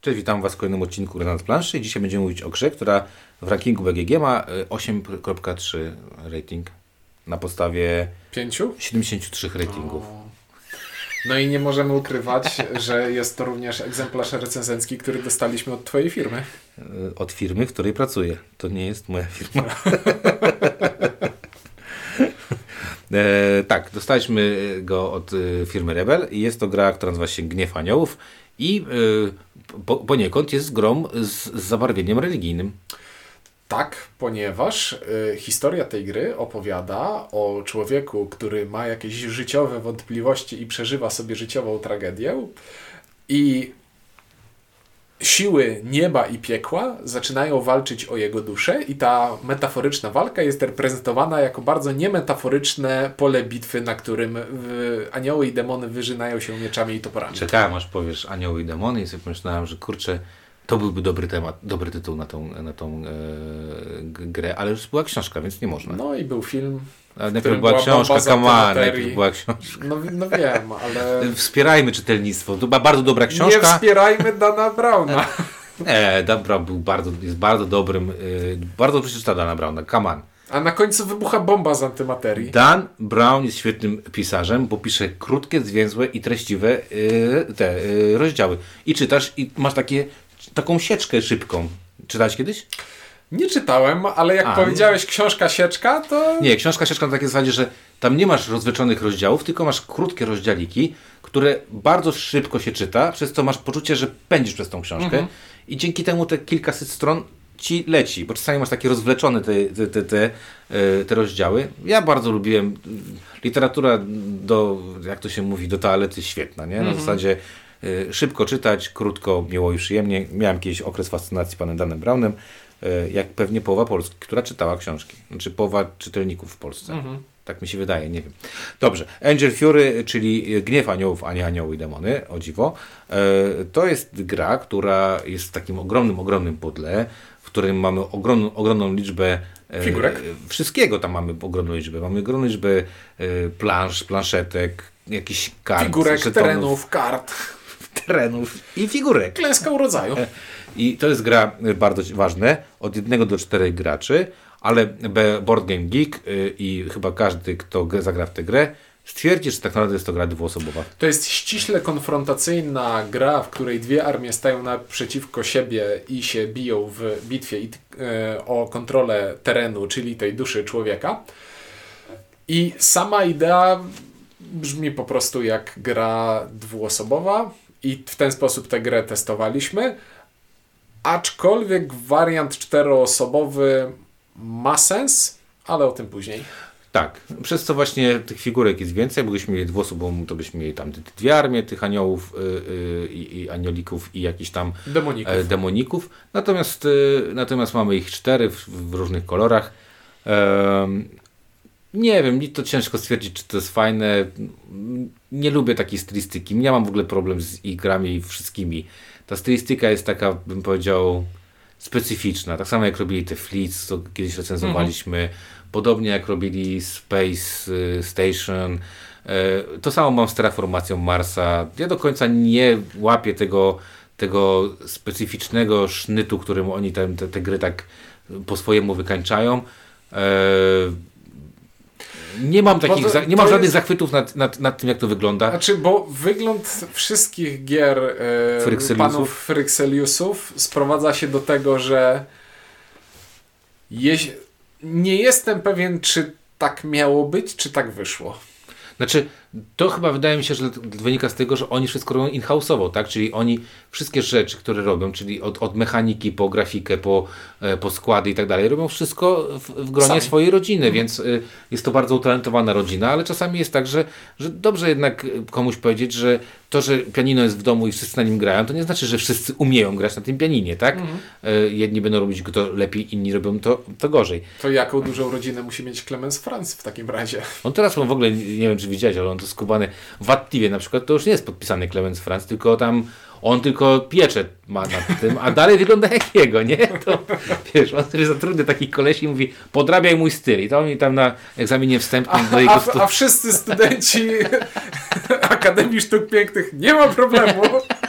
Cześć, witam Was w kolejnym odcinku Gry na planszy. Dzisiaj będziemy mówić o grze, która w rankingu BGG ma 8.3 rating na podstawie 73 ratingów. No i nie możemy ukrywać, że jest to również egzemplarz recenzencki, który dostaliśmy od Twojej firmy. Od firmy, w której pracuję. To nie jest moja firma. Tak, dostaliśmy go od firmy Rebel i jest to gra, która nazywa się Gniew Aniołów i poniekąd jest grą z zabarwieniem religijnym. Tak, ponieważ historia tej gry opowiada o człowieku, który ma jakieś życiowe wątpliwości i przeżywa sobie życiową tragedię i siły nieba i piekła zaczynają walczyć o jego duszę i ta metaforyczna walka jest reprezentowana jako bardzo niemetaforyczne pole bitwy, na którym anioły i demony wyrzynają się mieczami i toporami. Czekałem, aż powiesz anioły i demony i sobie pomyślałem, że kurczę, to byłby dobry temat, dobry tytuł na tą grę, ale już była książka, więc nie można. No i był film. Najpierw była książka, najpierw była książka. No wiem, ale... Wspierajmy czytelnictwo, to była bardzo dobra książka. Nie wspierajmy Dana Browna. Dan Brown jest bardzo dobrym, bardzo dobrze czyta Dana Browna, come on. A na końcu wybucha bomba z antymaterii. Dan Brown jest świetnym pisarzem, bo pisze krótkie, zwięzłe i treściwe rozdziały. I czytasz i masz taką sieczkę szybką. Czytałeś kiedyś? Nie czytałem, ale jak powiedziałeś książka sieczka, to... Nie, książka sieczka na takiej zasadzie, że tam nie masz rozwleczonych rozdziałów, tylko masz krótkie rozdziałiki, które bardzo szybko się czyta, przez co masz poczucie, że pędzisz przez tą książkę i dzięki temu te kilkaset stron ci leci, bo czasami masz takie rozwleczone te rozdziały. Ja bardzo lubiłem literatura jak to się mówi, do toalety świetna, nie? Na zasadzie szybko czytać, krótko, miło i przyjemnie. Miałem kiedyś okres fascynacji panem Danem Brownem, jak pewnie połowa Polski, która czytała książki. Znaczy połowa czytelników w Polsce. Tak mi się wydaje, nie wiem. Dobrze. Angel Fury, czyli Gniew Aniołów, a nie Anioły i Demony, o dziwo. To jest gra, która jest w takim ogromnym pudle, w którym mamy ogromną liczbę figurek. Wszystkiego tam mamy ogromną liczbę. Mamy ogromną liczbę planszetek, jakichś kart. Figurek, terenów, kart. Terenów i figurek. Klęska urodzaju. I to jest gra bardzo ważna, od 1 do 4 graczy, ale Board Game Geek i chyba każdy, kto zagra w tę grę, stwierdzi, że tak naprawdę jest to gra dwuosobowa. To jest ściśle konfrontacyjna gra, w której dwie armie stają naprzeciwko siebie i się biją w bitwie o kontrolę terenu, czyli tej duszy człowieka. I sama idea brzmi po prostu jak gra dwuosobowa i w ten sposób tę grę testowaliśmy. Aczkolwiek wariant 4-osobowy ma sens, ale o tym później. Tak, przez co właśnie tych figurek jest więcej, bo byśmy mieli dwuosobową, to byśmy mieli tam dwie armie tych aniołów i aniolików i jakichś tam demoników. Natomiast mamy ich 4 w różnych kolorach. Nie wiem, mi to ciężko stwierdzić, czy to jest fajne. Nie lubię takiej stylistyki. Ja mam w ogóle problem z ich grami wszystkimi. Ta stylistyka jest taka, bym powiedział, specyficzna. Tak samo jak robili te Fleets, co kiedyś recenzowaliśmy. Podobnie jak robili Space Station. To samo mam z terraformacją Marsa. Ja do końca nie łapię tego specyficznego sznytu, którym oni te gry tak po swojemu wykańczają. Nie mam żadnych zachwytów nad tym, jak to wygląda. Znaczy, bo wygląd wszystkich gier panów Frykseliusów sprowadza się do tego, że nie jestem pewien, czy tak miało być, czy tak wyszło. Znaczy, to chyba wydaje mi się, że wynika z tego, że oni wszystko robią in-house'owo, tak? Czyli oni wszystkie rzeczy, które robią, czyli od mechaniki po grafikę, po składy i tak dalej, robią wszystko w gronie swojej rodziny, więc jest to bardzo utalentowana rodzina, ale czasami jest tak, że dobrze jednak komuś powiedzieć, że to, że pianino jest w domu i wszyscy na nim grają, to nie znaczy, że wszyscy umieją grać na tym pianinie, tak? Jedni będą robić to lepiej, inni robią to gorzej. To jaką dużą rodzinę musi mieć Clemens Franz w takim razie? On teraz w ogóle, nie wiem czy widziałeś, ale on to skubany w Attivie na przykład, to już nie jest podpisany Clemens Franz, tylko tam on tylko pieczę ma nad tym, a dalej wygląda jak jego, nie? To wiesz, on sobie zatrudnia takich kolesi i mówi, podrabiaj mój styl. I to oni tam na egzaminie wstępnym do jego a wszyscy studenci Akademii Sztuk Pięknych, nie ma problemu.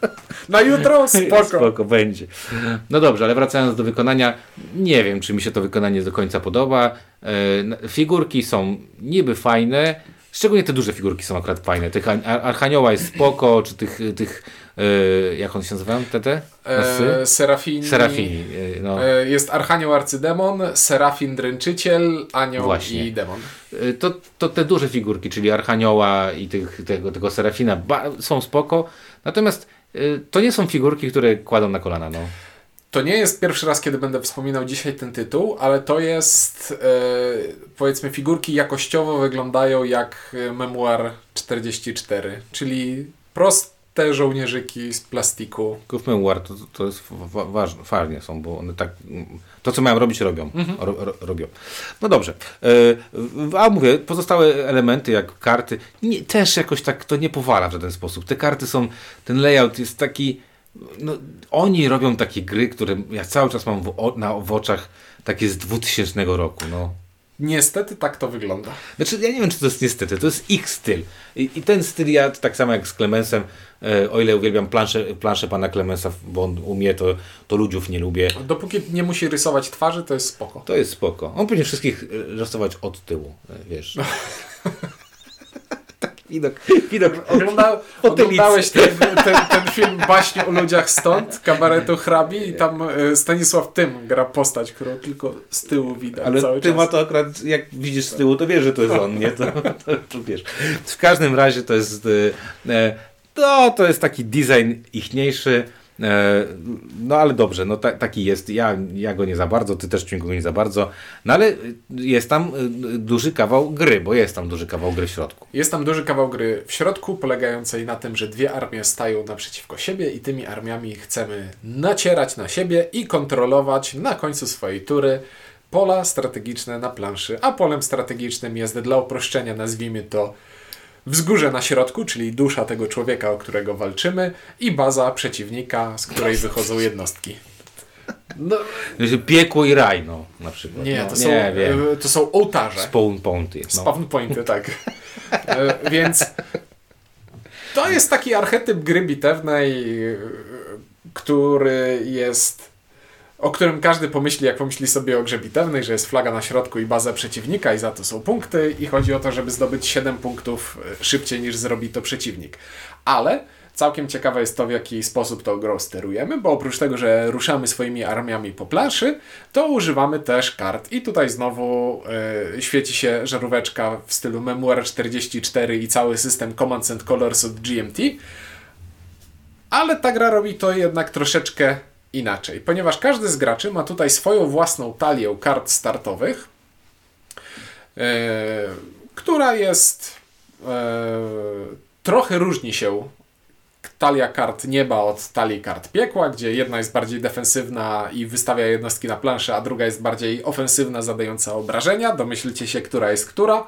Na jutro? Spoko. Spoko, będzie. No dobrze, ale wracając do wykonania, nie wiem, czy mi się to wykonanie do końca podoba. Figurki są niby fajne, szczególnie te duże figurki są akurat fajne. Tych Archanioła jest spoko, czy tych jak one się nazywają? Te? Serafini. No. Jest Archanioł Arcydemon, Serafin Dręczyciel, Anioł Właśnie. i Demon. To te duże figurki, czyli Archanioła i tego Serafina są spoko, natomiast to nie są figurki, które kładą na kolana. No. To nie jest pierwszy raz, kiedy będę wspominał dzisiaj ten tytuł, ale to jest powiedzmy figurki jakościowo wyglądają jak Memoir 44, czyli proste żołnierzyki z plastiku. Golf Memoir to jest ważne, fajnie są, bo one tak, to co mają robić robią. Robią. No dobrze. A mówię, pozostałe elementy jak karty, też jakoś tak to nie powala w żaden sposób. Te karty są, ten layout jest taki, no, oni robią takie gry, które ja cały czas mam w oczach takie z 2000 roku. No. Niestety tak to wygląda. Znaczy, ja nie wiem, czy to jest niestety, to jest ich styl. I ten styl ja, tak samo jak z Clemensem, o ile uwielbiam planszę pana Clemensa, bo on umie, to ludziów nie lubię. Dopóki nie musi rysować twarzy, to jest spoko. To jest spoko. On powinien wszystkich rysować od tyłu, wiesz. Widok oglądałeś ten film Baśnie o ludziach stąd, kabaretu Hrabi i tam Stanisław Tym gra postać, którą tylko z tyłu widać. Ale cały Tyma czas. to akurat jak widzisz z tyłu, to wiesz, że to jest on, nie? To wiesz. W każdym razie to jest to jest taki design ichniejszy. No ale dobrze, no taki jest. Ja go nie za bardzo, ty też go nie za bardzo. No ale jest tam duży kawał gry, bo jest tam duży kawał gry w środku. Jest tam duży kawał gry w środku, polegającej na tym, że dwie armie stają naprzeciwko siebie i tymi armiami chcemy nacierać na siebie i kontrolować na końcu swojej tury pola strategiczne na planszy. A polem strategicznym jest, dla uproszczenia nazwijmy to, wzgórze na środku, czyli dusza tego człowieka, o którego walczymy, i baza przeciwnika, z której wychodzą jednostki. No, piekło i raj, no, na przykład. Nie, No, to są ołtarze. Spawn pointy. No. Spawn pointy, tak. Więc to jest taki archetyp gry bitewnej, który jest, o którym każdy pomyśli, jak pomyśli sobie o grze bitewnej, że jest flaga na środku i baza przeciwnika i za to są punkty i chodzi o to, żeby zdobyć 7 punktów szybciej niż zrobi to przeciwnik. Ale całkiem ciekawe jest to, w jaki sposób tą grą sterujemy, bo oprócz tego, że ruszamy swoimi armiami po planszy, to używamy też kart. I tutaj znowu świeci się żaróweczka w stylu Memoir 44 i cały system Commands and Colors od GMT. Ale ta gra robi to jednak troszeczkę inaczej, ponieważ każdy z graczy ma tutaj swoją własną talię kart startowych, która jest trochę różni się talia kart nieba od talii kart piekła, gdzie jedna jest bardziej defensywna i wystawia jednostki na planszę, a druga jest bardziej ofensywna, zadająca obrażenia. Domyślcie się, która jest która.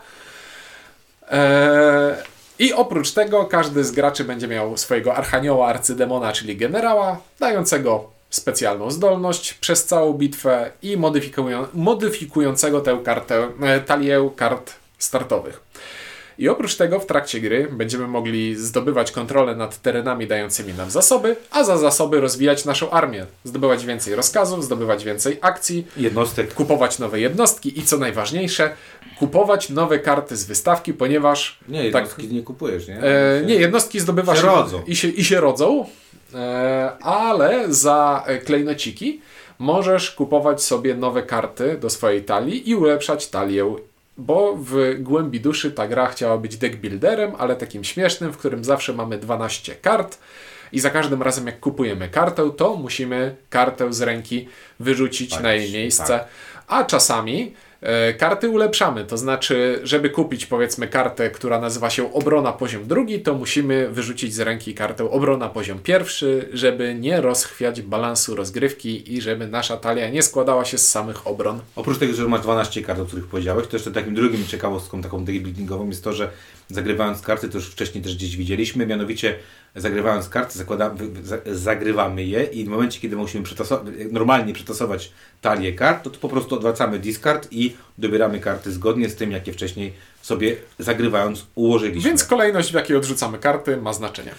I oprócz tego każdy z graczy będzie miał swojego archanioła, arcydemona, czyli generała, dającego specjalną zdolność przez całą bitwę i modyfikującego tę talię kart startowych. I oprócz tego w trakcie gry będziemy mogli zdobywać kontrolę nad terenami dającymi nam zasoby, a za zasoby rozwijać naszą armię. Zdobywać więcej rozkazów, zdobywać więcej akcji, jednostek, kupować nowe jednostki i co najważniejsze, kupować nowe karty z wystawki, ponieważ... Nie, jednostki nie kupujesz, nie? Nie, jednostki zdobywasz i się rodzą, ale za klejnociki możesz kupować sobie nowe karty do swojej talii i ulepszać talię, bo w głębi duszy ta gra chciała być deck builderem, ale takim śmiesznym, w którym zawsze mamy 12 kart i za każdym razem jak kupujemy kartę, to musimy kartę z ręki wyrzucić na jej miejsce, tak. A czasami karty ulepszamy, to znaczy, żeby kupić powiedzmy kartę, która nazywa się obrona poziom 2, to musimy wyrzucić z ręki kartę obrona poziom 1, żeby nie rozchwiać balansu rozgrywki i żeby nasza talia nie składała się z samych obron. Oprócz tego, że masz 12 kart, o których powiedziałeś, to jeszcze takim drugim ciekawostką, taką deckbuildingową jest to, że zagrywając karty, to już wcześniej też gdzieś widzieliśmy, mianowicie zagrywając karty, zagrywamy je i w momencie, kiedy musimy normalnie przetasować talię kart, to po prostu odwracamy discard i dobieramy karty zgodnie z tym, jakie wcześniej sobie zagrywając ułożyliśmy. Więc kolejność, w jakiej odrzucamy karty, ma znaczenie.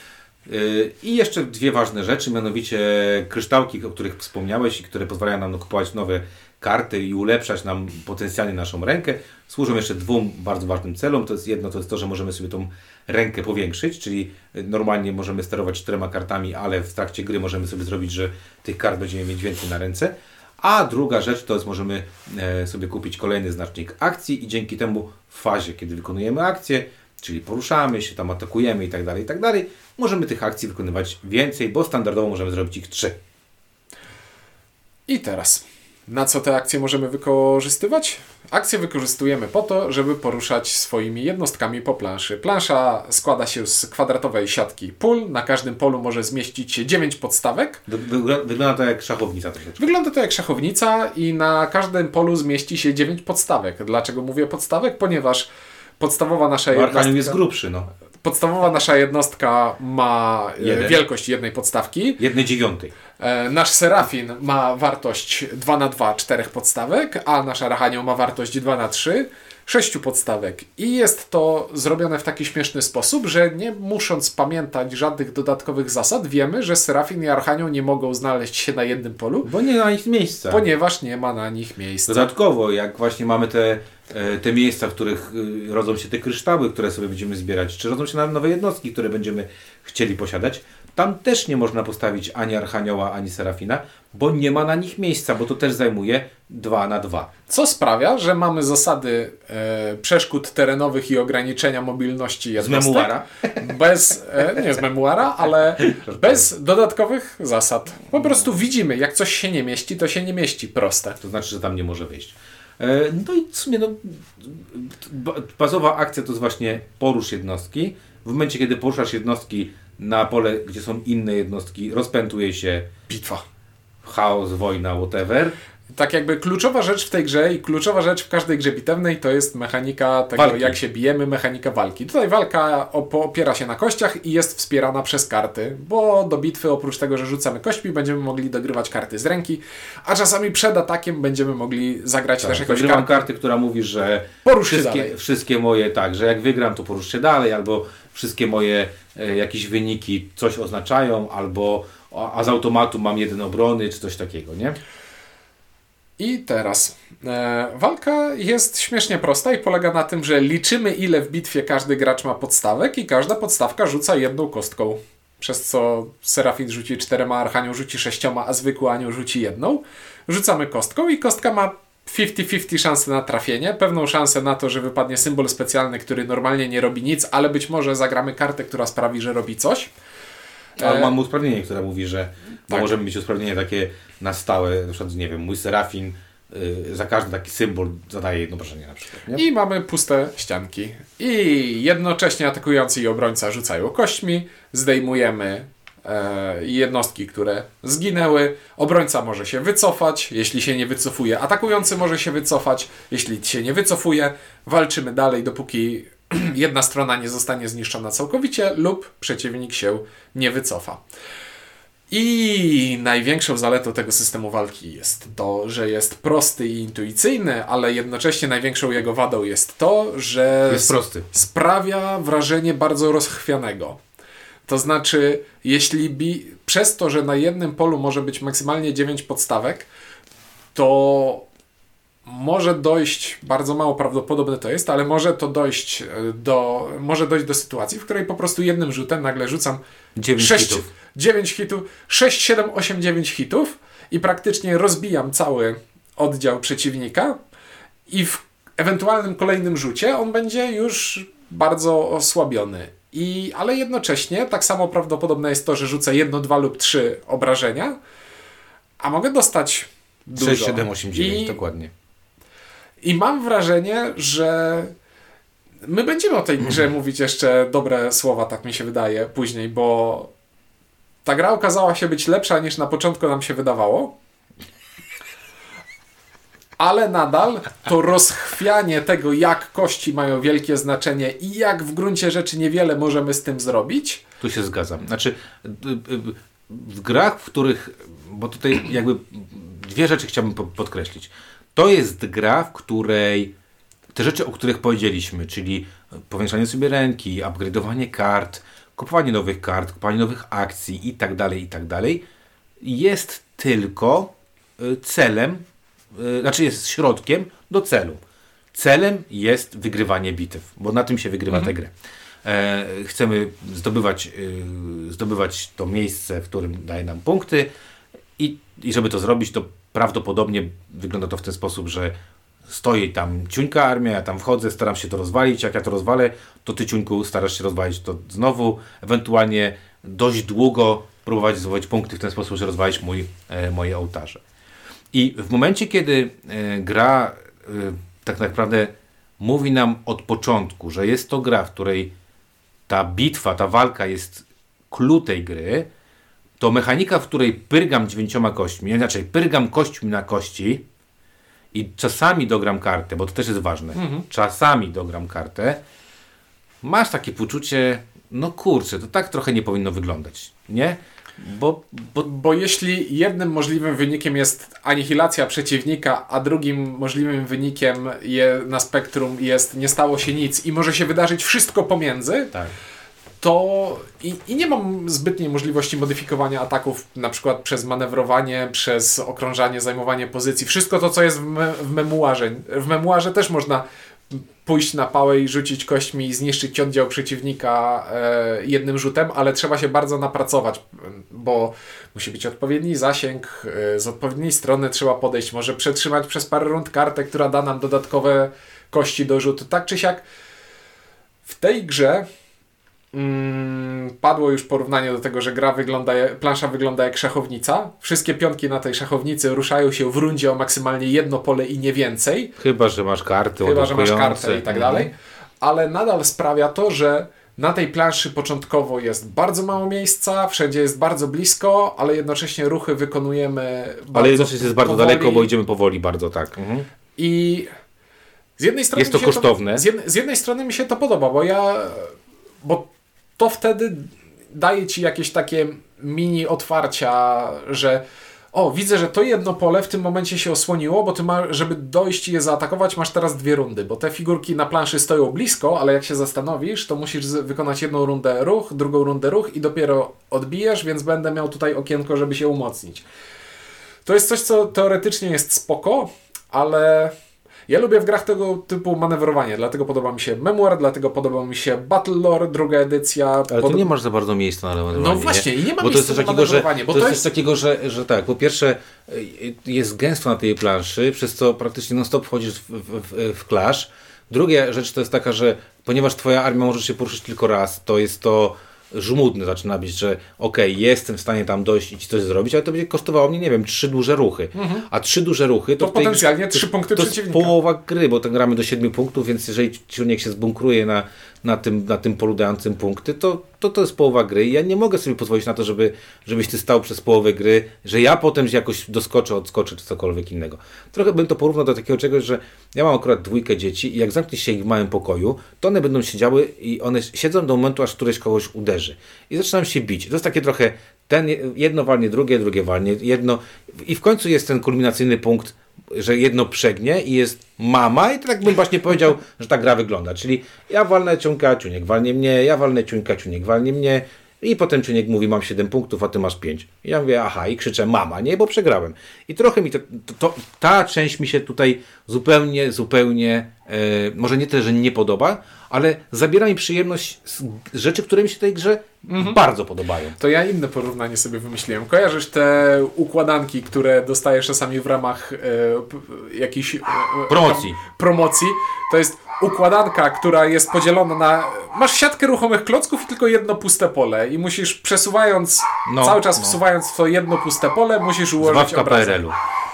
I jeszcze dwie ważne rzeczy, mianowicie kryształki, o których wspomniałeś i które pozwalają nam kupować nowe karty i ulepszać nam potencjalnie naszą rękę, służą jeszcze dwóm bardzo ważnym celom. To jest to, że możemy sobie tą rękę powiększyć, czyli normalnie możemy sterować 4 kartami, ale w trakcie gry możemy sobie zrobić, że tych kart będziemy mieć więcej na ręce. A druga rzecz to jest, możemy sobie kupić kolejny znacznik akcji i dzięki temu w fazie, kiedy wykonujemy akcję, czyli poruszamy się, tam atakujemy i tak dalej, możemy tych akcji wykonywać więcej, bo standardowo możemy zrobić ich 3. I teraz, na co te akcje możemy wykorzystywać? Akcje wykorzystujemy po to, żeby poruszać swoimi jednostkami po planszy. Plansza składa się z kwadratowej siatki pól. Na każdym polu może zmieścić się 9 podstawek. Wygląda to jak szachownica troszeczkę. Wygląda to jak szachownica i na każdym polu zmieści się 9 podstawek. Dlaczego mówię podstawek? Ponieważ podstawowa nasza jednostka... Arcanium jest grubszy, no. Podstawowa nasza jednostka ma wielkość jednej podstawki. 1/9. Nasz Serafin ma wartość 2x2, 4 podstawek, a nasz Archanioł ma wartość 2x3, 6 podstawek. I jest to zrobione w taki śmieszny sposób, że nie musząc pamiętać żadnych dodatkowych zasad, wiemy, że Serafin i Archanioł nie mogą znaleźć się na jednym polu. Bo nie ma na nich miejsca. Ponieważ nie ma na nich miejsca. Dodatkowo, jak właśnie mamy te miejsca, w których rodzą się te kryształy, które sobie będziemy zbierać, czy rodzą się nowe jednostki, które będziemy chcieli posiadać, tam też nie można postawić ani Archanioła, ani Serafina, bo nie ma na nich miejsca, bo to też zajmuje 2x2. Co sprawia, że mamy zasady przeszkód terenowych i ograniczenia mobilności jednostek. Z memuara? Nie z memuara, ale bez dodatkowych zasad. Po prostu widzimy, jak coś się nie mieści, to się nie mieści. Proste. To znaczy, że tam nie może wyjść. No i w sumie bazowa akcja to jest właśnie porusz jednostki. W momencie, kiedy poruszasz jednostki na pole, gdzie są inne jednostki, rozpętuje się bitwa. Chaos, wojna, whatever. Tak jakby kluczowa rzecz w tej grze i kluczowa rzecz w każdej grze bitewnej to jest mechanika tego, walki. Jak się bijemy, mechanika walki. Tutaj walka opiera się na kościach i jest wspierana przez karty, bo do bitwy oprócz tego, że rzucamy kośćmi, będziemy mogli dogrywać karty z ręki, a czasami przed atakiem będziemy mogli zagrać też jakąś karty, która mówi, że wszystkie moje, tak, że jak wygram, to porusz się dalej, albo wszystkie moje jakieś wyniki coś oznaczają, albo a z automatu mam 1 obrony, czy coś takiego, nie? I teraz walka jest śmiesznie prosta i polega na tym, że liczymy, ile w bitwie każdy gracz ma podstawek i każda podstawka rzuca 1 kostką. Przez co Serafin rzuci 4, Archanioł rzuci 6, a zwykły anioł rzuci 1. Rzucamy kostką i kostka ma 50-50 szansę na trafienie, pewną szansę na to, że wypadnie symbol specjalny, który normalnie nie robi nic, ale być może zagramy kartę, która sprawi, że robi coś. Ale mam usprawnienie, które mówi, że tak. Możemy mieć usprawnienie takie na stałe, na przykład, nie wiem, mój Serafin za każdy taki symbol zadaje 1 obrażenie na przykład. Nie? I mamy puste ścianki. I jednocześnie atakujący i obrońca rzucają kośćmi, zdejmujemy jednostki, które zginęły. Obrońca może się wycofać, jeśli się nie wycofuje. Atakujący może się wycofać, jeśli się nie wycofuje. Walczymy dalej, dopóki jedna strona nie zostanie zniszczona całkowicie lub przeciwnik się nie wycofa. I największą zaletą tego systemu walki jest to, że jest prosty i intuicyjny, ale jednocześnie największą jego wadą jest to, że jest prosty. Sprawia wrażenie bardzo rozchwianego. To znaczy, przez to, że na jednym polu może być maksymalnie 9 podstawek, to może dojść, bardzo mało prawdopodobne to jest, ale może dojść do sytuacji, w której po prostu jednym rzutem nagle rzucam 9 hitów, 6, 7, 8, 9 hitów i praktycznie rozbijam cały oddział przeciwnika i w ewentualnym kolejnym rzucie on będzie już bardzo osłabiony. Ale jednocześnie tak samo prawdopodobne jest to, że rzucę 1, 2 lub 3 obrażenia, a mogę dostać dużo. 6, 7, 8, 9, dokładnie. I mam wrażenie, że my będziemy o tej grze mówić jeszcze dobre słowa, tak mi się wydaje, później, bo ta gra okazała się być lepsza niż na początku nam się wydawało. Ale nadal to rozchwianie tego, jak kości mają wielkie znaczenie i jak w gruncie rzeczy niewiele możemy z tym zrobić. Tu się zgadzam. Znaczy, w grach, w których, bo tutaj jakby dwie rzeczy chciałbym podkreślić. To jest gra, w której te rzeczy, o których powiedzieliśmy, czyli powiększanie sobie ręki, upgrade'owanie kart, kupowanie nowych kart, kupowanie nowych akcji i tak dalej, jest tylko celem, znaczy jest środkiem do celu. Celem jest wygrywanie bitew, bo na tym się wygrywa tę grę. Chcemy zdobywać to miejsce, w którym daje nam punkty i żeby to zrobić, to prawdopodobnie wygląda to w ten sposób, że stoi tam ciuńka armia, ja tam wchodzę, staram się to rozwalić, jak ja to rozwalę, to ty ciuńku starasz się rozwalić to znowu, ewentualnie dość długo próbować zdobywać punkty w ten sposób, że rozwalić moje ołtarze. I w momencie, kiedy gra tak naprawdę mówi nam od początku, że jest to gra, w której ta bitwa, ta walka jest clue tej gry, to mechanika, w której pyrgam 9 kośćmi, inaczej pyrgam kośćmi na kości i czasami dogram kartę, bo to też jest ważne, czasami dogram kartę, masz takie poczucie, no kurczę, to tak trochę nie powinno wyglądać, nie? Bo jeśli jednym możliwym wynikiem jest anihilacja przeciwnika, a drugim możliwym wynikiem na spektrum jest nie stało się nic i może się wydarzyć wszystko pomiędzy, tak, to i nie mam zbytniej możliwości modyfikowania ataków, na przykład przez manewrowanie, przez okrążanie, zajmowanie pozycji. Wszystko to, co jest w memuarze. W memuarze też można pójść na pałę i rzucić kośćmi i zniszczyć oddział przeciwnika jednym rzutem, ale trzeba się bardzo napracować, bo musi być odpowiedni zasięg, z odpowiedniej strony trzeba podejść, może przetrzymać przez parę rund kartę, która da nam dodatkowe kości do rzutu. Tak czy siak w tej grze padło już porównanie do tego, że plansza wygląda jak szachownica. Wszystkie pionki na tej szachownicy ruszają się w rundzie o maksymalnie jedno pole i nie więcej. Chyba, że masz karty i tak dalej. Ale nadal sprawia to, że na tej planszy początkowo jest bardzo mało miejsca, wszędzie jest bardzo blisko, ale jednocześnie ruchy wykonujemy bardzo ale jednocześnie jest bardzo powoli. daleko, bo idziemy powoli bardzo, tak. I z jednej strony jest to kosztowne. Z jednej strony mi się to podoba, bo to wtedy daje ci jakieś takie mini otwarcia, że widzę, że to jedno pole w tym momencie się osłoniło, bo ty żeby dojść i je zaatakować, masz teraz 2 rundy, bo te figurki na planszy stoją blisko, ale jak się zastanowisz, to musisz wykonać jedną rundę ruch, drugą rundę ruch i dopiero odbijesz, więc będę miał tutaj okienko, żeby się umocnić. To jest coś, co teoretycznie jest spoko, ale ja lubię w grach tego typu manewrowanie, dlatego podoba mi się Memoir, dlatego podoba mi się Battlelore, druga edycja. Ale tu nie masz za bardzo miejsca na manewrowanie. No właśnie, i nie ma bo miejsca na manewrowanie. To jest coś takiego, że tak, po pierwsze jest gęsto na tej planszy, przez co praktycznie non-stop wchodzisz w clash. Druga rzecz to jest taka, że ponieważ twoja armia może się poruszyć tylko raz, to jest to żmudne zaczyna być, że jestem w stanie tam dojść i ci coś zrobić, ale to będzie kosztowało mnie, nie wiem, 3 duże ruchy. A 3 duże ruchy to potencjalnie 3 punkty przeciwnika. To jest połowa gry, bo gramy do 7 punktów, więc jeżeli ciunek się zbunkruje na tym polu dającym punkty, to jest połowa gry i ja nie mogę sobie pozwolić na to, żebyś ty stał przez połowę gry, że ja potem jakoś odskoczę czy cokolwiek innego. Trochę bym to porównał do takiego czegoś, że ja mam akurat 2 dzieci i jak zamknie się ich w małym pokoju, to one będą siedziały i one siedzą do momentu, aż któreś kogoś uderzy. I zaczynam się bić. To jest takie trochę jedno walnie drugie walnie jedno i w końcu jest ten kulminacyjny punkt, że jedno przegnie i jest mama i to tak bym właśnie powiedział, że ta gra wygląda. Czyli ja walnę ciunka, ciunek walnie mnie, ja walnę ciunka, ciunek walnie mnie i potem ciunek mówi, mam 7 punktów, a ty masz 5. I ja mówię, aha, i krzyczę, mama, nie, bo przegrałem. I trochę mi ta część mi się tutaj zupełnie, może nie tyle, że nie podoba, ale zabiera mi przyjemność z rzeczy, które mi się w tej grze bardzo podobają. To ja inne porównanie sobie wymyśliłem. Kojarzysz te układanki, które dostajesz czasami w ramach jakiejś promocji? To jest układanka, która jest podzielona na... Masz siatkę ruchomych klocków i tylko jedno puste pole i musisz cały czas wsuwając w to jedno puste pole, musisz ułożyć obrazek. PRL-u.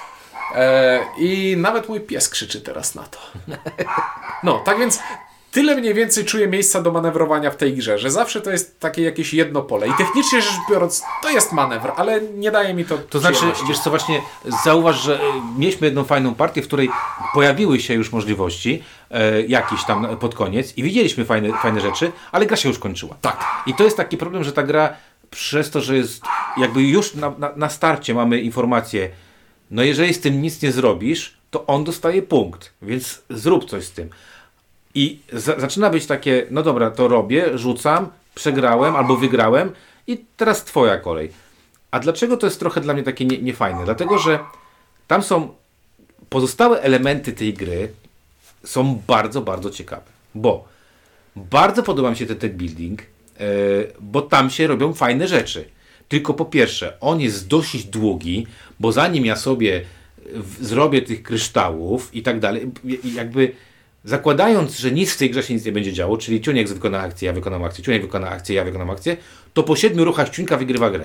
I nawet mój pies krzyczy teraz na to. No, tak więc tyle mniej więcej czuję miejsca do manewrowania w tej grze, że zawsze to jest takie jakieś jedno pole. I technicznie rzecz biorąc, to jest manewr, ale nie daje mi to znaczy, wiesz co, właśnie zauważ, że mieliśmy jedną fajną partię, w której pojawiły się już możliwości jakieś tam pod koniec i widzieliśmy fajne rzeczy, ale gra się już kończyła. Tak. I to jest taki problem, że ta gra przez to, że jest jakby już na starcie mamy informację, no jeżeli z tym nic nie zrobisz, to on dostaje punkt, więc zrób coś z tym. I zaczyna być takie, no dobra, to robię, rzucam przegrałem albo wygrałem i teraz twoja kolej. A dlaczego to jest trochę dla mnie takie niefajne? Dlatego, że tam są pozostałe elementy tej gry są bardzo, bardzo ciekawe. Bo bardzo podoba mi się ten deck building, bo tam się robią fajne rzeczy. Tylko po pierwsze, on jest dosyć długi, bo zanim ja sobie zrobię tych kryształów i tak dalej, jakby zakładając, że nic w tej grze się nic nie będzie działo, czyli Ciuniek wykona akcję, ja wykonam akcję, Ciuniek wykona akcję, ja wykonam akcję, to po 7 ruchach Ciuńka wygrywa grę.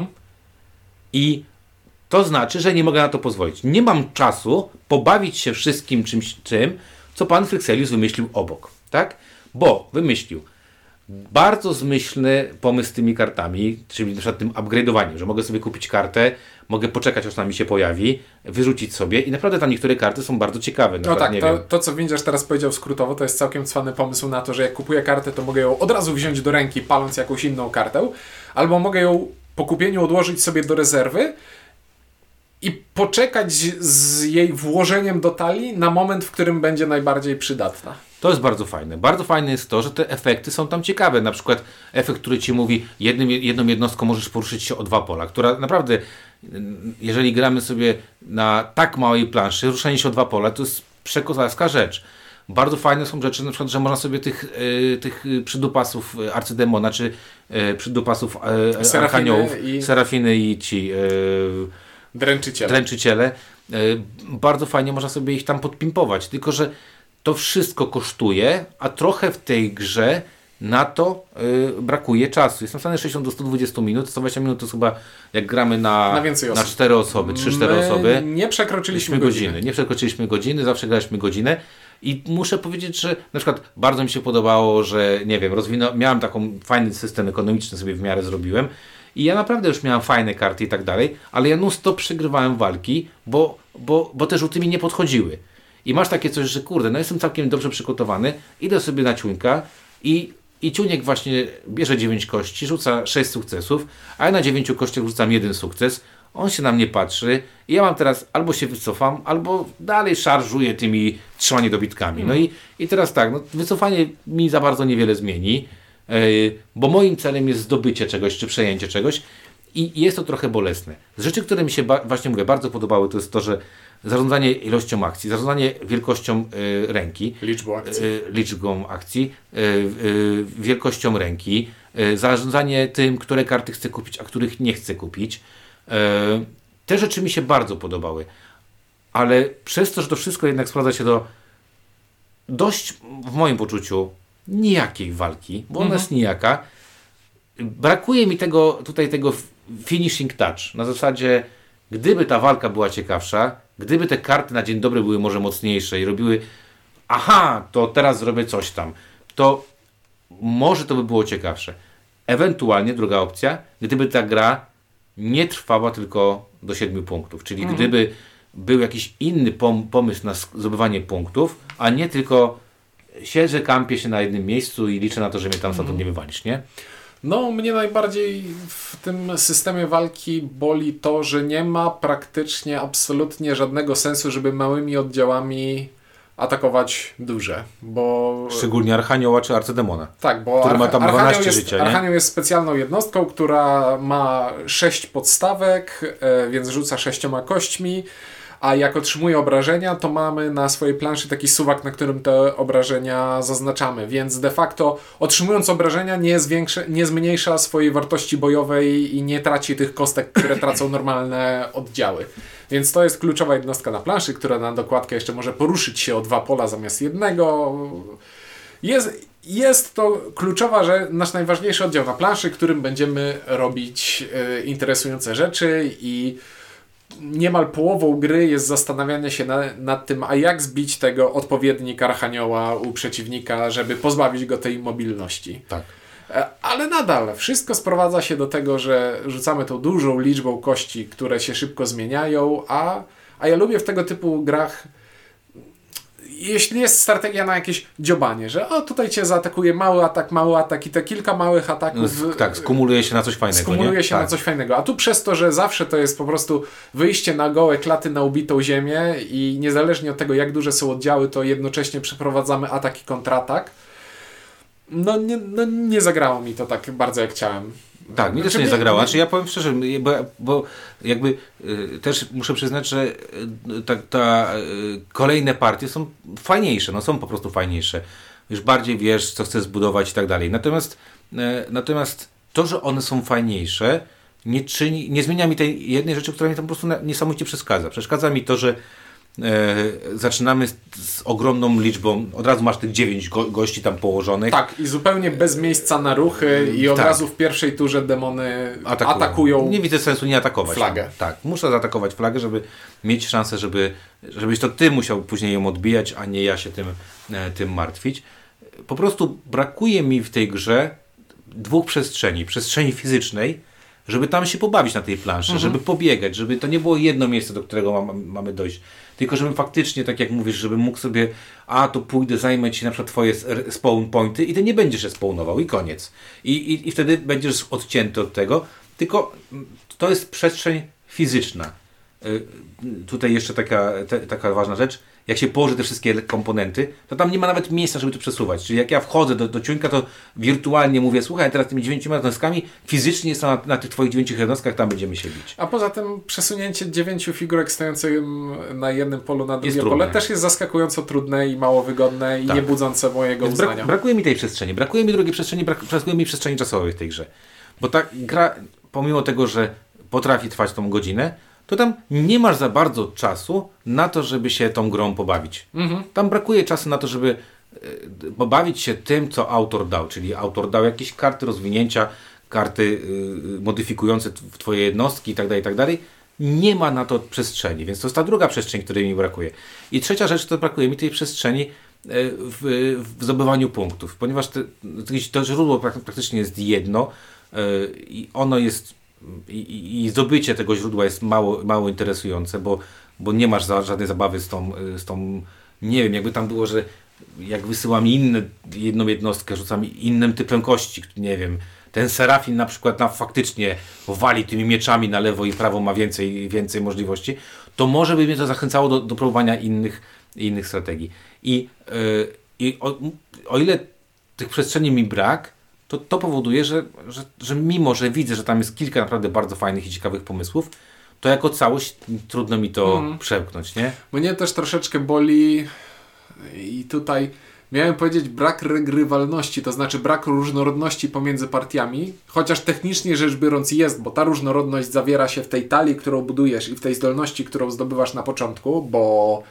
I to znaczy, że nie mogę na to pozwolić. Nie mam czasu pobawić się wszystkim czym, co pan Fryxelius wymyślił obok. Tak? Bo wymyślił bardzo zmyślny pomysł z tymi kartami, czyli na przykład tym upgrade'owaniem, że mogę sobie kupić kartę, mogę poczekać, aż ona mi się pojawi, wyrzucić sobie i naprawdę tam niektóre karty są bardzo ciekawe. No tak, to co Windziarz teraz powiedział skrótowo, to jest całkiem cwany pomysł na to, że jak kupuję kartę, to mogę ją od razu wziąć do ręki, paląc jakąś inną kartę, albo mogę ją po kupieniu odłożyć sobie do rezerwy i poczekać z jej włożeniem do talii na moment, w którym będzie najbardziej przydatna. To jest bardzo fajne. Bardzo fajne jest to, że te efekty są tam ciekawe. Na przykład efekt, który ci mówi, jedną jednostką możesz poruszyć się o 2 pola, która naprawdę, jeżeli gramy sobie na tak małej planszy, ruszanie się o 2 pola to jest przekozacka rzecz. Bardzo fajne są rzeczy, na przykład, że można sobie tych przydupasów arcydemona, czy przydupasów archaniołów, serafiny i ci dręczyciele. Bardzo fajnie można sobie ich tam podpimpować. Tylko że to wszystko kosztuje, a trochę w tej grze na to brakuje czasu. Jest napisane 60 do 120 minut, 120 minut to jest chyba jak gramy na 4 osoby, 3-4 osoby. Nie przekroczyliśmy godziny. Nie przekroczyliśmy godziny, zawsze graliśmy godzinę. I muszę powiedzieć, że na przykład bardzo mi się podobało, że nie wiem, miałem taką fajny system ekonomiczny sobie w miarę zrobiłem i ja naprawdę już miałem fajne karty i tak dalej, ale ja non-stop przegrywałem walki, bo te rzuty mi nie podchodziły. I masz takie coś, że kurde, no jestem całkiem dobrze przygotowany, idę sobie na Ciuńka i Ciuniek właśnie bierze 9 kości, rzuca 6 sukcesów, a ja na 9 kościach rzucam 1 sukces, on się na mnie patrzy i ja mam teraz albo się wycofam, albo dalej szarżuję tymi 3 niedobitkami. No i teraz tak, no, wycofanie mi za bardzo niewiele zmieni, bo moim celem jest zdobycie czegoś, czy przejęcie czegoś i jest to trochę bolesne. Z rzeczy, które mi się właśnie mówię, bardzo podobały, to jest to, że zarządzanie ilością akcji, zarządzanie wielkością ręki, liczbą akcji, wielkością ręki, zarządzanie tym, które karty chcę kupić, a których nie chcę kupić. Te rzeczy mi się bardzo podobały, ale przez to, że to wszystko jednak sprowadza się do dość, w moim poczuciu, nijakiej walki, bo ona jest nijaka, brakuje mi tego finishing touch, na zasadzie gdyby ta walka była ciekawsza, gdyby te karty na dzień dobry były może mocniejsze i robiły to teraz zrobię coś tam, to może to by było ciekawsze. Ewentualnie druga opcja, gdyby ta gra nie trwała tylko do 7 punktów, czyli gdyby był jakiś inny pomysł na zdobywanie punktów, a nie tylko siedzę, kampię się na jednym miejscu i liczę na to, że mnie tam stamtąd nie wywalisz, nie? No, mnie najbardziej w tym systemie walki boli to, że nie ma praktycznie absolutnie żadnego sensu, żeby małymi oddziałami atakować duże, bo... Szczególnie Archanioła czy Arcydemona. Tak, bo który ma tam 12 życia, nie? Archanioł jest specjalną jednostką, która ma 6 podstawek, więc rzuca 6 kośćmi, a jak otrzymuje obrażenia, to mamy na swojej planszy taki suwak, na którym te obrażenia zaznaczamy, więc de facto otrzymując obrażenia nie zmniejsza swojej wartości bojowej i nie traci tych kostek, które tracą normalne oddziały. Więc to jest kluczowa jednostka na planszy, która na dokładkę jeszcze może poruszyć się o 2 pola zamiast jednego. Jest to kluczowa, że nasz najważniejszy oddział na planszy, którym będziemy robić interesujące rzeczy i niemal połową gry jest zastanawianie się nad tym, a jak zbić tego odpowiednik Archanioła u przeciwnika, żeby pozbawić go tej mobilności. Tak. Ale nadal wszystko sprowadza się do tego, że rzucamy tą dużą liczbą kości, które się szybko zmieniają, a ja lubię w tego typu grach, jeśli jest strategia na jakieś dziobanie, że tutaj cię zaatakuje mały atak i te kilka małych ataków... Tak, skumuluje się na coś fajnego. Skumuluje się na coś fajnego. A tu przez to, że zawsze to jest po prostu wyjście na gołe klaty na ubitą ziemię i niezależnie od tego, jak duże są oddziały, to jednocześnie przeprowadzamy atak i kontratak. nie zagrało mi to tak bardzo jak chciałem. Tak, mi też nie zagrało. Znaczy ja powiem szczerze, bo jakby też muszę przyznać, że kolejne partie są fajniejsze, są po prostu fajniejsze. Już bardziej wiesz, co chcesz zbudować i tak dalej. Natomiast to, że one są fajniejsze, nie zmienia mi tej jednej rzeczy, która mi tam po prostu niesamowicie przeszkadza. Przeszkadza mi to, że zaczynamy z ogromną liczbą, od razu masz tych 9 gości tam położonych. Tak, i zupełnie bez miejsca na ruchy i od razu w pierwszej turze demony atakują. Nie widzę sensu nie atakować. Flagę. Tak, muszę zaatakować flagę, żeby mieć szansę, żebyś to ty musiał później ją odbijać, a nie ja się tym martwić. Po prostu brakuje mi w tej grze 2 przestrzeni. Przestrzeni fizycznej, żeby tam się pobawić na tej planszy, żeby pobiegać, żeby to nie było jedno miejsce, do którego mamy dojść. Tylko żebym faktycznie, tak jak mówisz, żebym mógł sobie, to pójdę, zajmę ci na przykład twoje spawn pointy i ty nie będziesz je spawnował i koniec. I wtedy będziesz odcięty od tego. Tylko to jest przestrzeń fizyczna. Tutaj jeszcze taka ważna rzecz. Jak się położy te wszystkie komponenty, to tam nie ma nawet miejsca, żeby to przesuwać. Czyli jak ja wchodzę do ciuńka, to wirtualnie mówię, słuchaj, teraz tymi 9 jednostkami, fizycznie są na tych twoich 9 jednostkach, tam będziemy się bić. A poza tym przesunięcie 9 figurek stojących na jednym polu na drugie pole też jest zaskakująco trudne i mało wygodne i nie budzące mojego uznania. Brakuje mi tej przestrzeni, brakuje mi drugiej przestrzeni, brakuje mi przestrzeni czasowej w tej grze. Bo ta gra, pomimo tego, że potrafi trwać tą godzinę, to tam nie masz za bardzo czasu na to, żeby się tą grą pobawić. Tam brakuje czasu na to, żeby pobawić się tym, co autor dał. Czyli autor dał jakieś karty rozwinięcia, karty modyfikujące twoje jednostki itd. Nie ma na to przestrzeni, więc to jest ta druga przestrzeń, której mi brakuje. I trzecia rzecz, to brakuje mi tej przestrzeni w zdobywaniu punktów, ponieważ to źródło praktycznie jest jedno i ono jest i zdobycie tego źródła jest mało interesujące, bo nie masz żadnej zabawy z tą, nie wiem, jakby tam było, że jak wysyłam jedną jednostkę, rzucam innym typem kości, nie wiem, ten Serafin na przykład faktycznie wali tymi mieczami na lewo i prawo, ma więcej możliwości, to może by mnie to zachęcało do próbowania innych strategii. I o ile tych przestrzeni mi brak, to powoduje, że mimo, że widzę, że tam jest kilka naprawdę bardzo fajnych i ciekawych pomysłów, to jako całość trudno mi to przełknąć, nie? Mnie też troszeczkę boli i tutaj miałem powiedzieć brak regrywalności, to znaczy brak różnorodności pomiędzy partiami, chociaż technicznie rzecz biorąc jest, bo ta różnorodność zawiera się w tej talii, którą budujesz i w tej zdolności, którą zdobywasz na początku, bo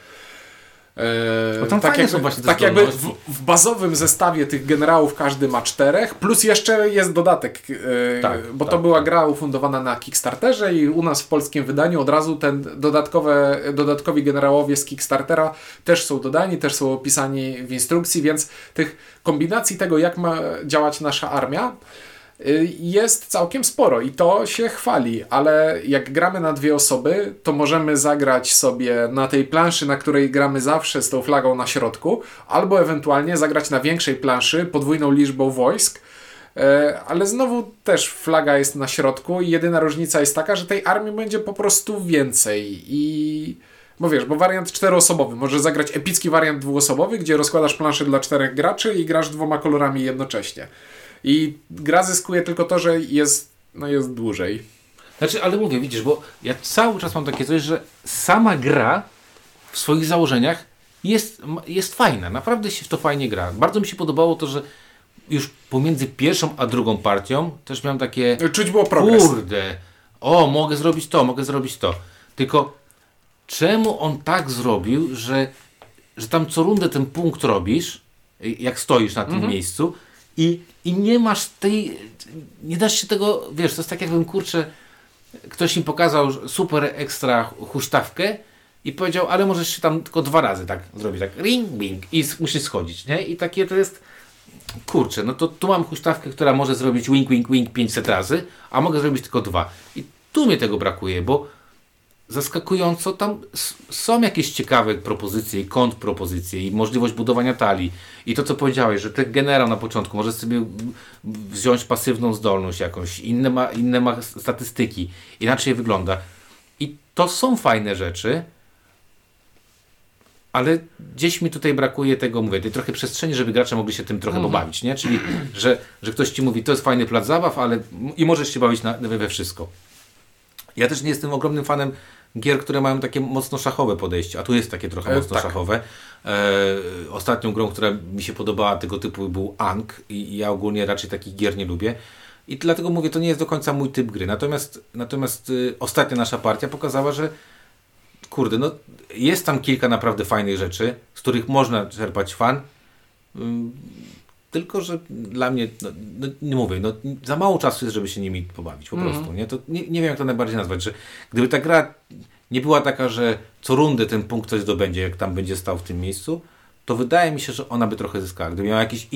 tak jakby w bazowym zestawie tych generałów każdy ma 4, plus jeszcze jest dodatek, to była gra ufundowana na Kickstarterze i u nas w polskim wydaniu od razu dodatkowi generałowie z Kickstartera też są dodani, też są opisani w instrukcji, więc tych kombinacji tego, jak ma działać nasza armia, jest całkiem sporo i to się chwali, ale jak gramy na 2 osoby, to możemy zagrać sobie na tej planszy, na której gramy zawsze z tą flagą na środku, albo ewentualnie zagrać na większej planszy podwójną liczbą wojsk, ale znowu też flaga jest na środku i jedyna różnica jest taka, że tej armii będzie po prostu więcej bo wariant 4-osobowy, możesz zagrać epicki wariant 2-osobowy, gdzie rozkładasz planszę dla 4 graczy i grasz 2 kolorami jednocześnie. I gra zyskuje tylko to, że jest dłużej. Znaczy, ale mówię, widzisz, bo ja cały czas mam takie coś, że sama gra w swoich założeniach jest fajna. Naprawdę się w to fajnie gra. Bardzo mi się podobało to, że już pomiędzy pierwszą a drugą partią też miałem takie... Czuć było progres. Kurde, mogę zrobić to. Tylko czemu on tak zrobił, że tam co rundę ten punkt robisz, jak stoisz na tym miejscu i nie masz nie dasz się tego, wiesz, to jest tak jakbym, ktoś mi pokazał super ekstra huśtawkę i powiedział, ale możesz się tam tylko 2 razy tak zrobić, tak ring, bing i musisz schodzić, nie? I takie to jest, no to tu mam huśtawkę, która może zrobić wing, wing, wing 500 razy, a mogę zrobić tylko 2. I tu mnie tego brakuje, bo zaskakująco tam są jakieś ciekawe propozycje i kontrpropozycje i możliwość budowania talii. I to, co powiedziałeś, że ten generał na początku może sobie wziąć pasywną zdolność jakąś, inne ma statystyki, inaczej wygląda. I to są fajne rzeczy, Ale gdzieś mi tutaj brakuje tego, mówię, tej trochę przestrzeni, żeby gracze mogli się tym trochę pobawić, nie? Czyli, że ktoś ci mówi, to jest fajny plac zabaw, ale i możesz się bawić we wszystko. Ja też nie jestem ogromnym fanem gier, które mają takie mocno szachowe podejście, a tu jest takie trochę mocno szachowe. Ostatnią grą, która mi się podobała tego typu był Ankh i ja ogólnie raczej takich gier nie lubię. I dlatego mówię, to nie jest do końca mój typ gry. Natomiast ostatnia nasza partia pokazała, że kurde, no jest tam kilka naprawdę fajnych rzeczy, z których można czerpać fan. Tylko, że dla mnie, nie mówię, za mało czasu jest, żeby się nimi pobawić po prostu. Nie? To nie wiem, jak to najbardziej nazwać, że gdyby ta gra nie była taka, że co rundę ten punkt coś zdobędzie, jak tam będzie stał w tym miejscu, to wydaje mi się, że ona by trochę zyskała. Gdyby miała jakieś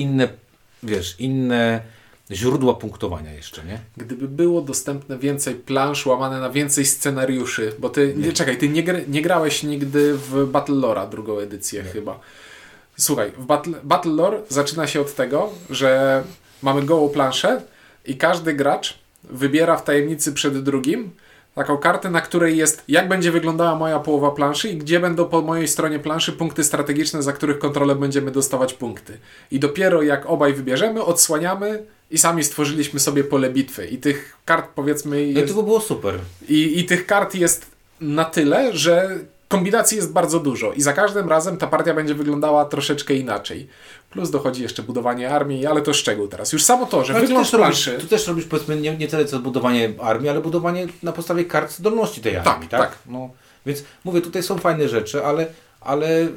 inne źródła punktowania jeszcze, nie? Gdyby było dostępne więcej plansz łamane na więcej scenariuszy, bo ty nie grałeś nigdy w Battle drugą edycję chyba. Słuchaj, w Battle Lore zaczyna się od tego, że mamy gołą planszę i każdy gracz wybiera w tajemnicy przed drugim taką kartę, na której jest, jak będzie wyglądała moja połowa planszy i gdzie będą po mojej stronie planszy punkty strategiczne, za których kontrolę będziemy dostawać punkty. I dopiero jak obaj wybierzemy, odsłaniamy i sami stworzyliśmy sobie pole bitwy. I tych kart, powiedzmy... No to by było super. I tych kart jest na tyle, że kombinacji jest bardzo dużo i za każdym razem ta partia będzie wyglądała troszeczkę inaczej. Plus dochodzi jeszcze budowanie armii, ale to szczegół teraz. Już samo to, że wygląd planszy... Tu też robisz, powiedzmy, nie tyle co budowanie armii, ale budowanie na podstawie kart zdolności tej armii, tak? Tak. No, więc mówię, tutaj są fajne rzeczy, ale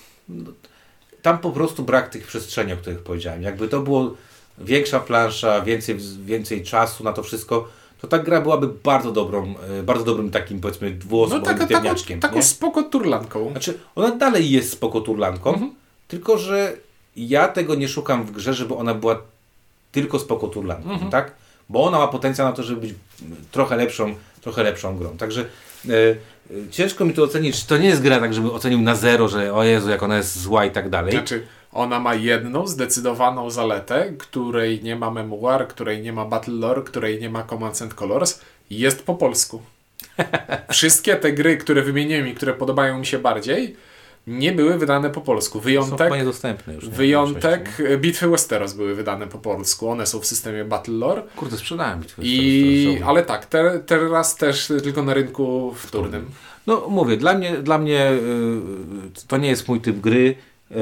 tam po prostu brak tych przestrzeni, o których powiedziałem. Jakby to było większa plansza, więcej czasu na to wszystko, to ta gra byłaby bardzo dobrym takim, powiedzmy, dwuosobowym drewniaczkiem. Taką spoko turlanką. Znaczy, ona dalej jest spoko turlanką, tylko że ja tego nie szukam w grze, żeby ona była tylko spoko turlanką, tak? Bo ona ma potencjał na to, żeby być trochę lepszą grą. Także ciężko mi to ocenić, czy to nie jest gra tak, żeby ocenił na zero, że o Jezu, jak ona jest zła i tak dalej. Znaczy, ona ma jedną zdecydowaną zaletę, której nie ma Memoir, której nie ma Battle Lore, której nie ma Commands and Colors. Jest po polsku. Wszystkie te gry, które wymieniłem i które podobają mi się bardziej, nie były wydane po polsku. Wyjątek, są dostępne już. Bitwy Westeros były wydane po polsku. One są w systemie Battle Lore. Kurde, sprzedałem Bitwy Westeros. Ale tak, teraz też tylko na rynku wtórnym. No mówię, dla mnie to nie jest mój typ gry.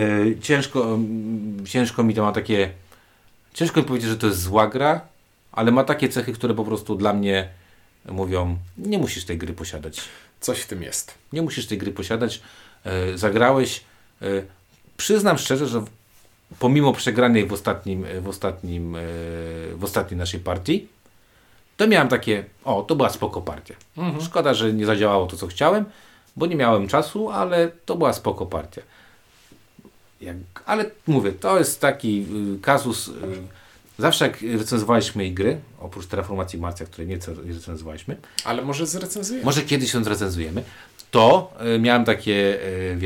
Ciężko mi to ma takie... Ciężko mi powiedzieć, że to jest zła gra, ale ma takie cechy, które po prostu dla mnie mówią, nie musisz tej gry posiadać. Coś w tym jest. Nie musisz tej gry posiadać. Zagrałeś. Przyznam szczerze, że pomimo przegranej w ostatniej naszej partii, to miałem takie, to była spoko partia. Szkoda, że nie zadziałało to, co chciałem, bo nie miałem czasu, ale to była spoko partia. Ale mówię, to jest taki kazus. Zawsze jak recenzowaliśmy gry, oprócz Terraformacji Marsa, której nie recenzowaliśmy. Ale może zrecenzujemy. Może kiedyś ją zrecenzujemy. To miałem takie,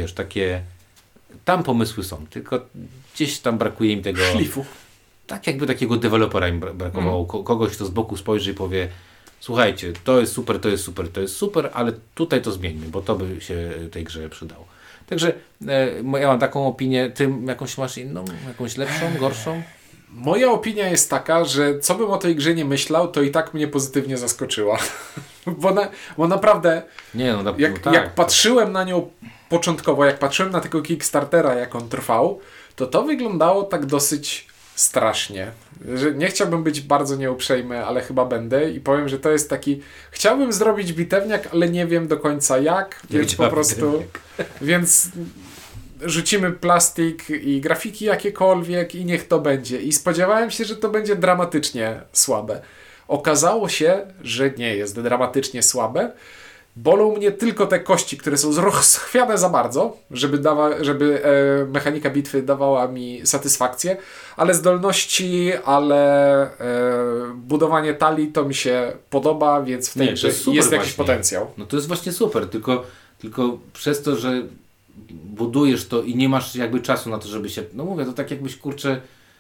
tam pomysły są, tylko gdzieś tam brakuje im tego... Szlifu. Tak jakby takiego dewelopera im brakowało. Kogoś, kto z boku spojrzy i powie, słuchajcie, to jest super, ale tutaj to zmieńmy, bo to by się tej grze przydało. Także ja mam taką opinię. Ty jakąś masz inną? Jakąś lepszą, gorszą? Moja opinia jest taka, że co bym o tej grze nie myślał, to i tak mnie pozytywnie zaskoczyła. bo naprawdę, jak patrzyłem na nią początkowo, jak patrzyłem na tego Kickstartera, jak on trwał, to wyglądało tak dosyć strasznie. Że nie chciałbym być bardzo nieuprzejmy, ale chyba będę i powiem, że to jest taki... Chciałbym zrobić bitewniak, ale nie wiem do końca jak, więc po prostu... Więc rzucimy plastik i grafiki jakiekolwiek i niech to będzie. I spodziewałem się, że to będzie dramatycznie słabe. Okazało się, że nie jest dramatycznie słabe. Bolą mnie tylko te kości, które są rozchwiane za bardzo, żeby mechanika bitwy dawała mi satysfakcję, ale zdolności, budowanie talii to mi się podoba, więc w tej grze jest jakiś potencjał. No to jest właśnie super, tylko przez to, że budujesz to i nie masz jakby czasu na to, żeby się... No mówię, to tak jakbyś, kurczę,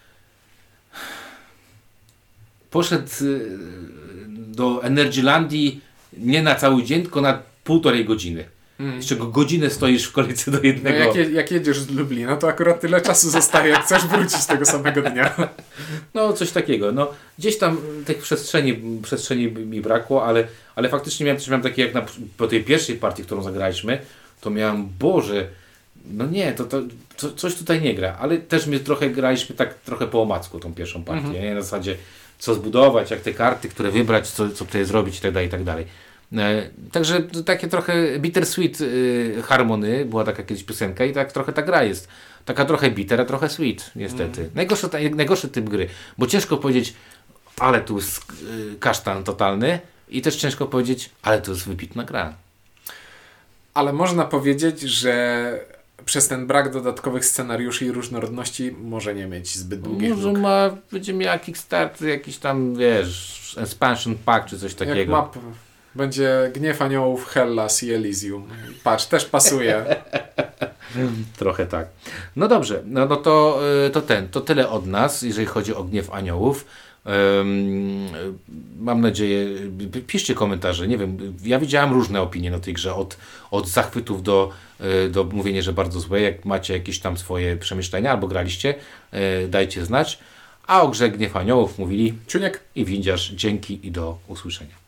poszedł do Energylandii nie na cały dzień, tylko na 1,5 godziny. z czego godzinę stoisz w kolejce do jednego. No jak jedziesz z Lublina, to akurat tyle czasu zostaje, jak chcesz wrócić tego samego dnia. No coś takiego. No, gdzieś tam tych przestrzeni mi brakło, ale faktycznie miałem takie jak po tej pierwszej partii, którą zagraliśmy, to miałem, Boże, no nie, to coś tutaj nie gra, ale też my trochę graliśmy tak trochę po omacku tą pierwszą partię, nie? Na zasadzie co zbudować, jak te karty, które wybrać, co tutaj zrobić i tak dalej. Także takie trochę bittersweet harmony, była taka kiedyś piosenka i tak trochę ta gra jest. Taka trochę bitter, a trochę sweet, niestety. Najgorszy typ gry, bo ciężko powiedzieć, ale tu jest kasztan totalny i też ciężko powiedzieć, ale to jest wybitna gra. Ale można powiedzieć, że przez ten brak dodatkowych scenariuszy i różnorodności może nie mieć zbyt długich Może będzie miała Kickstarter, jakiś tam, wiesz, expansion pack czy coś takiego. Jak map będzie Gniew Aniołów, Hellas i Elysium. Patrz, też pasuje. Trochę tak. No dobrze, no to tyle od nas, jeżeli chodzi o Gniew Aniołów. Mam nadzieję, piszcie komentarze, nie wiem, ja widziałem różne opinie na tej grze, od zachwytów do mówienia, że bardzo złe. Jak macie jakieś tam swoje przemyślenia albo graliście, dajcie znać. A o grze Gniew Aniołów mówili Ciuniek i Windziarz. Dzięki i do usłyszenia.